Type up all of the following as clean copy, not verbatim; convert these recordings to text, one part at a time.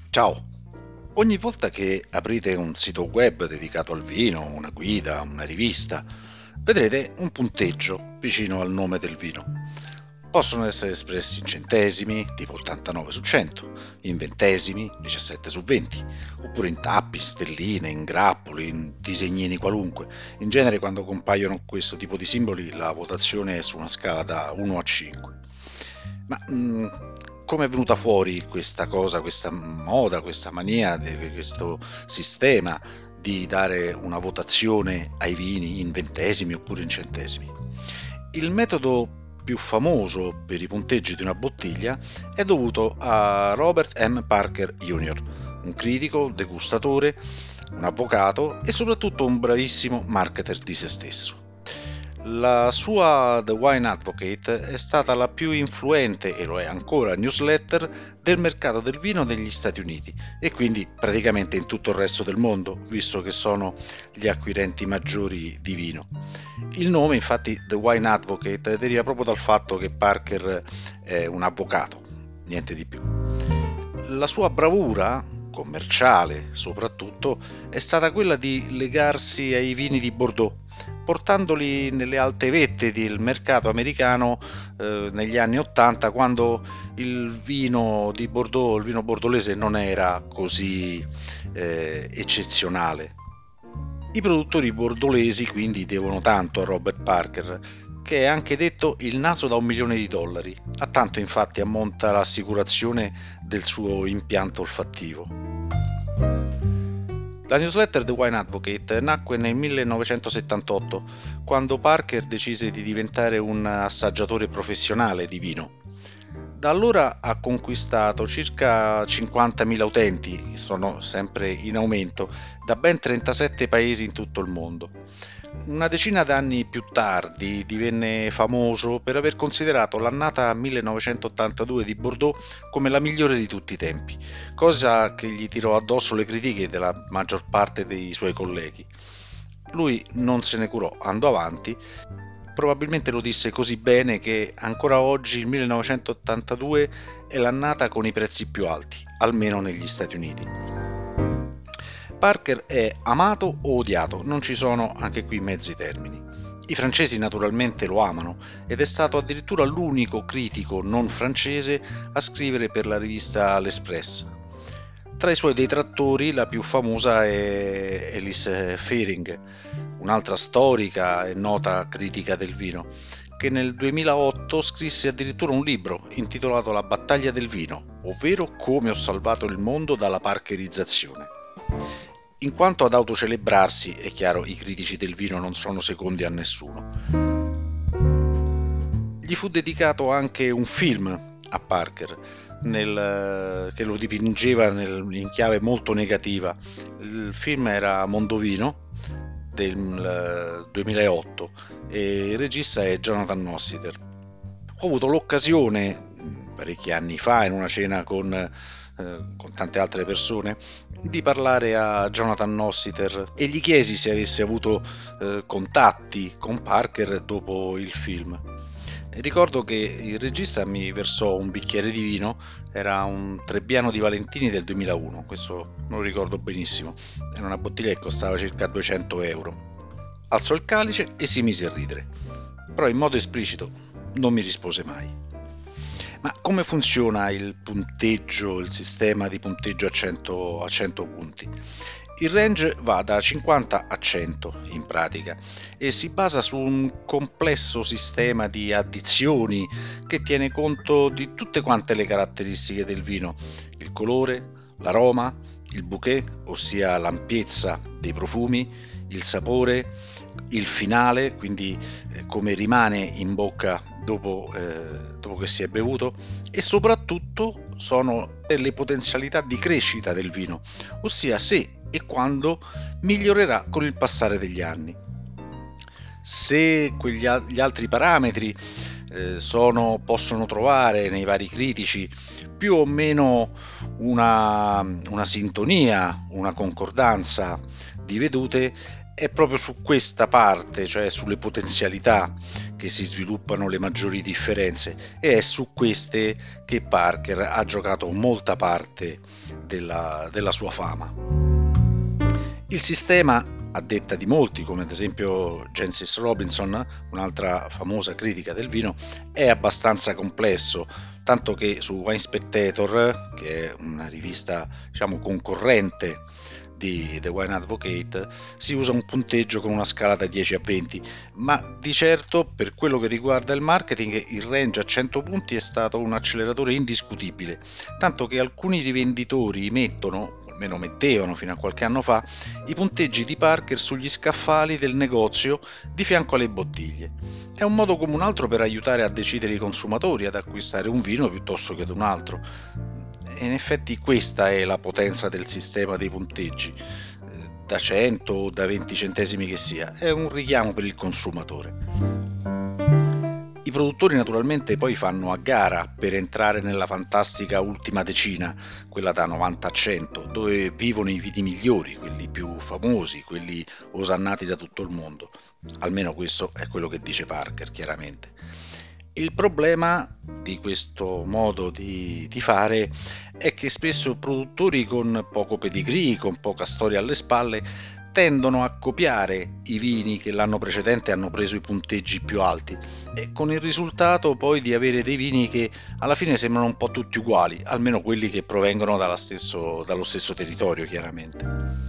Ciao! Ogni volta che aprite un sito web dedicato al vino, una guida, una rivista, vedrete un punteggio vicino al nome del vino. Possono essere espressi in centesimi, tipo 89 su 100, in ventesimi, 17 su 20, oppure in tappi, stelline, in grappoli, in disegnini qualunque. In genere quando compaiono questo tipo di simboli la votazione è su una scala da 1 a 5. Ma come è venuta fuori questa cosa, questa moda, questa mania, questo sistema di dare una votazione ai vini in ventesimi oppure in centesimi? Il metodo più famoso per i punteggi di una bottiglia è dovuto a Robert M. Parker Jr., un critico, degustatore, un avvocato e soprattutto un bravissimo marketer di se stesso. La sua The Wine Advocate è stata la più influente, e lo è ancora, newsletter del mercato del vino negli Stati Uniti e quindi praticamente in tutto il resto del mondo, visto che sono gli acquirenti maggiori di vino. Il nome, infatti, The Wine Advocate, deriva proprio dal fatto che Parker è un avvocato, niente di più. La sua bravura, commerciale soprattutto, è stata quella di legarsi ai vini di Bordeaux, portandoli nelle alte vette del mercato americano negli anni '80, quando il vino di Bordeaux, il vino bordolese, non era così eccezionale. I produttori bordolesi quindi devono tanto a Robert Parker, che è anche detto il naso da $1 milione. A tanto infatti ammonta l'assicurazione del suo impianto olfattivo. La newsletter The Wine Advocate nacque nel 1978, quando Parker decise di diventare un assaggiatore professionale di vino. Da allora ha conquistato circa 50.000 utenti, sono sempre in aumento, da ben 37 paesi in tutto il mondo. Una decina d'anni più tardi divenne famoso per aver considerato l'annata 1982 di Bordeaux come la migliore di tutti i tempi, cosa che gli tirò addosso le critiche della maggior parte dei suoi colleghi. Lui non se ne curò, andò avanti. Probabilmente lo disse così bene che ancora oggi il 1982 è l'annata con i prezzi più alti, almeno negli Stati Uniti. Parker è amato o odiato, non ci sono anche qui mezzi termini. I francesi naturalmente lo amano ed è stato addirittura l'unico critico non francese a scrivere per la rivista L'Express. Tra i suoi detrattori la più famosa è Elise Fehring, un'altra storica e nota critica del vino, che nel 2008 scrisse addirittura un libro intitolato La battaglia del vino, ovvero come ho salvato il mondo dalla parkerizzazione. In quanto ad autocelebrarsi, è chiaro, i critici del vino non sono secondi a nessuno. Gli fu dedicato anche un film a Parker, che lo dipingeva in chiave molto negativa. Il film era Mondovino del 2008 e il regista è Jonathan Nossiter. Ho avuto l'occasione parecchi anni fa in una cena con tante altre persone di parlare a Jonathan Nossiter e gli chiesi se avesse avuto contatti con Parker dopo il film. Ricordo che il regista mi versò un bicchiere di vino, era un Trebbiano di Valentini del 2001, questo me lo ricordo benissimo, era una bottiglia che costava circa 200 euro. Alzò il calice e si mise a ridere, però in modo esplicito non mi rispose mai. Ma come funziona il punteggio, il sistema di punteggio a 100 punti? Il range va da 50 a 100 in pratica e si basa su un complesso sistema di addizioni che tiene conto di tutte quante le caratteristiche del vino, il colore, l'aroma, il bouquet, ossia l'ampiezza dei profumi, il sapore, il finale, quindi come rimane in bocca dopo che si è bevuto, e soprattutto sono le potenzialità di crescita del vino, ossia se e quando migliorerà con il passare degli anni. Se gli altri parametri possono trovare nei vari critici più o meno una sintonia, una concordanza di vedute, è proprio su questa parte, cioè sulle potenzialità, che si sviluppano le maggiori differenze, e è su queste che Parker ha giocato molta parte della sua fama. Il sistema, a detta di molti, come ad esempio Jancis Robinson, un'altra famosa critica del vino, è abbastanza complesso, tanto che su Wine Spectator, che è una rivista diciamo concorrente di The Wine Advocate, si usa un punteggio con una scala da 10 a 20, ma di certo per quello che riguarda il marketing il range a 100 punti è stato un acceleratore indiscutibile, tanto che alcuni rivenditori mettono, o almeno mettevano fino a qualche anno fa, i punteggi di Parker sugli scaffali del negozio di fianco alle bottiglie. È un modo come un altro per aiutare a decidere i consumatori ad acquistare un vino piuttosto che ad un altro. E in effetti questa è la potenza del sistema dei punteggi, da 100 o da 20 centesimi che sia, è un richiamo per il consumatore. I produttori naturalmente poi fanno a gara per entrare nella fantastica ultima decina, quella da 90 a 100, dove vivono i vini migliori, quelli più famosi, quelli osannati da tutto il mondo. Almeno questo è quello che dice Parker, chiaramente. Il problema di questo modo di fare è che spesso produttori con poco pedigree, con poca storia alle spalle, tendono a copiare i vini che l'anno precedente hanno preso i punteggi più alti, e con il risultato poi di avere dei vini che alla fine sembrano un po' tutti uguali, almeno quelli che provengono dallo stesso territorio, chiaramente.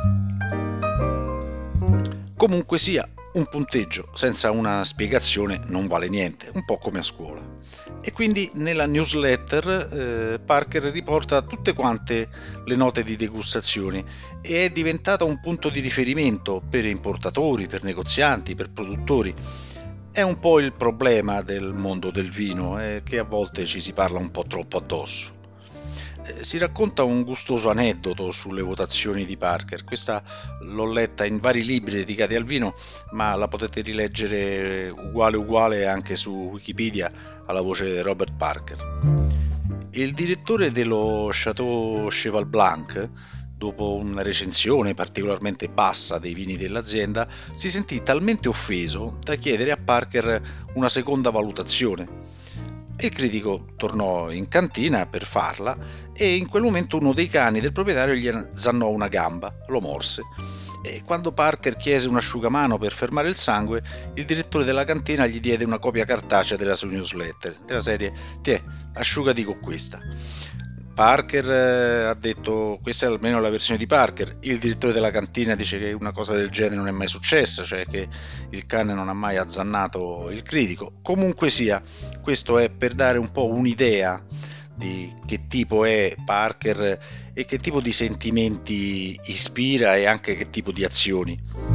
Comunque sia, un punteggio senza una spiegazione non vale niente, un po' come a scuola. E quindi nella newsletter Parker riporta tutte quante le note di degustazione e è diventata un punto di riferimento per importatori, per negozianti, per produttori. È un po' il problema del mondo del vino, che a volte ci si parla un po' troppo addosso. Si racconta un gustoso aneddoto sulle votazioni di Parker. Questa l'ho letta in vari libri dedicati al vino, ma la potete rileggere uguale anche su Wikipedia alla voce Robert Parker. Il direttore dello Château Cheval Blanc, dopo una recensione particolarmente bassa dei vini dell'azienda, si sentì talmente offeso da chiedere a Parker una seconda valutazione. Il critico tornò in cantina per farla e in quel momento uno dei cani del proprietario gli zannò una gamba, lo morse. E quando Parker chiese un asciugamano per fermare il sangue, il direttore della cantina gli diede una copia cartacea della sua newsletter, della serie «Tiè, asciugati con questa». Parker ha detto questa è almeno la versione di Parker. Il direttore della cantina dice che una cosa del genere non è mai successa, cioè che il cane non ha mai azzannato il critico. Comunque sia, questo è per dare un po' un'idea di che tipo è Parker e che tipo di sentimenti ispira e anche che tipo di azioni.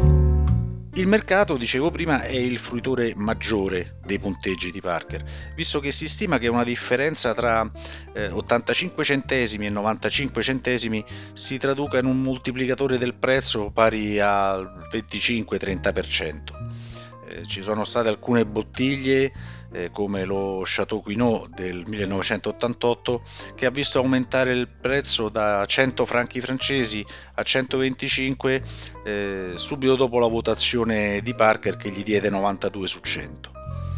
Il mercato, dicevo prima, è il fruitore maggiore dei punteggi di Parker, visto che si stima che una differenza tra 85 centesimi e 95 centesimi si traduca in un moltiplicatore del prezzo pari al 25-30%. Ci sono state alcune bottiglie come lo Château Quinault del 1988 che ha visto aumentare il prezzo da 100 franchi francesi a 125 subito dopo la votazione di Parker che gli diede 92 su 100.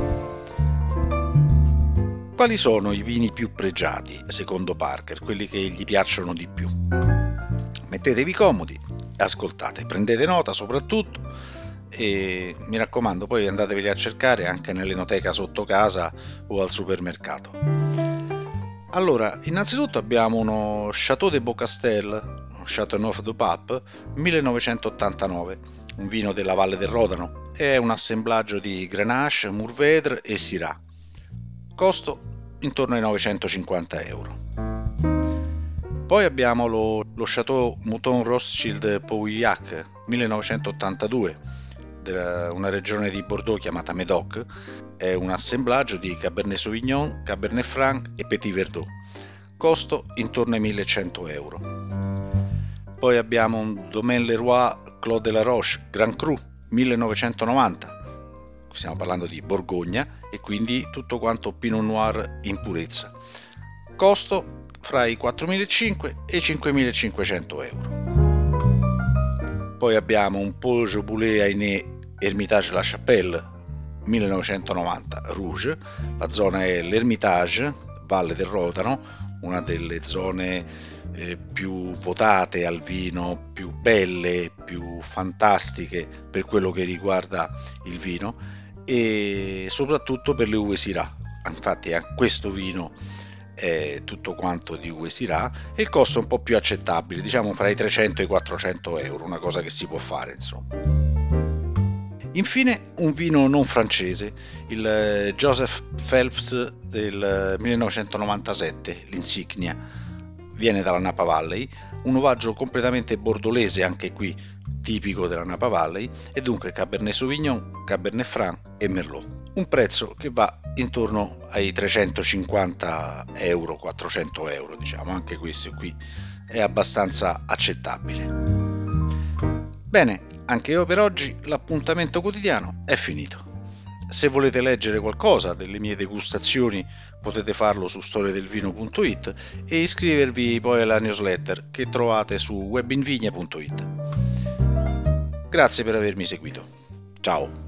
Quali sono i vini più pregiati secondo Parker, quelli che gli piacciono di più? Mettetevi comodi e ascoltate, prendete nota soprattutto. E mi raccomando, poi andateveli a cercare anche nell'enoteca sotto casa o al supermercato. Allora, innanzitutto abbiamo uno Château de Beaucastel, Châteauneuf-du-Pape 1989, un vino della Valle del Rodano. È un assemblaggio di Grenache, Mourvèdre e Syrah. Costo intorno ai 950 euro. Poi abbiamo lo Château Mouton Rothschild Pauillac 1982, una regione di Bordeaux chiamata Médoc. È un assemblaggio di Cabernet Sauvignon, Cabernet Franc e Petit Verdot. Costo intorno ai 1100 euro. Poi abbiamo un Domaine Leroy Clos de la Roche Grand Cru 1990. Stiamo parlando di Borgogna e quindi tutto quanto Pinot Noir in purezza. Costo fra i 4.500 e i 5.500 euro. Poi abbiamo un Paul Boulet Ainé Hermitage La Chapelle 1990 Rouge. La zona è l'Hermitage, Valle del Rodano, una delle zone più votate al vino, più belle, più fantastiche per quello che riguarda il vino e soprattutto per le uve Syrah. Infatti questo vino è tutto quanto di uve Syrah e il costo è un po' più accettabile, diciamo fra i 300 e i 400 euro, una cosa che si può fare insomma. Infine un vino non francese, il Joseph Phelps del 1997, l'insignia, viene dalla Napa Valley, un uvaggio completamente bordolese anche qui, tipico della Napa Valley, e dunque Cabernet Sauvignon, Cabernet Franc e Merlot. Un prezzo che va intorno ai 350 euro, 400 euro, diciamo, anche questo qui è abbastanza accettabile. Bene, anche io per oggi l'appuntamento quotidiano è finito. Se volete leggere qualcosa delle mie degustazioni potete farlo su storiedelvino.it e iscrivervi poi alla newsletter che trovate su webinvigna.it. Grazie per avermi seguito. Ciao!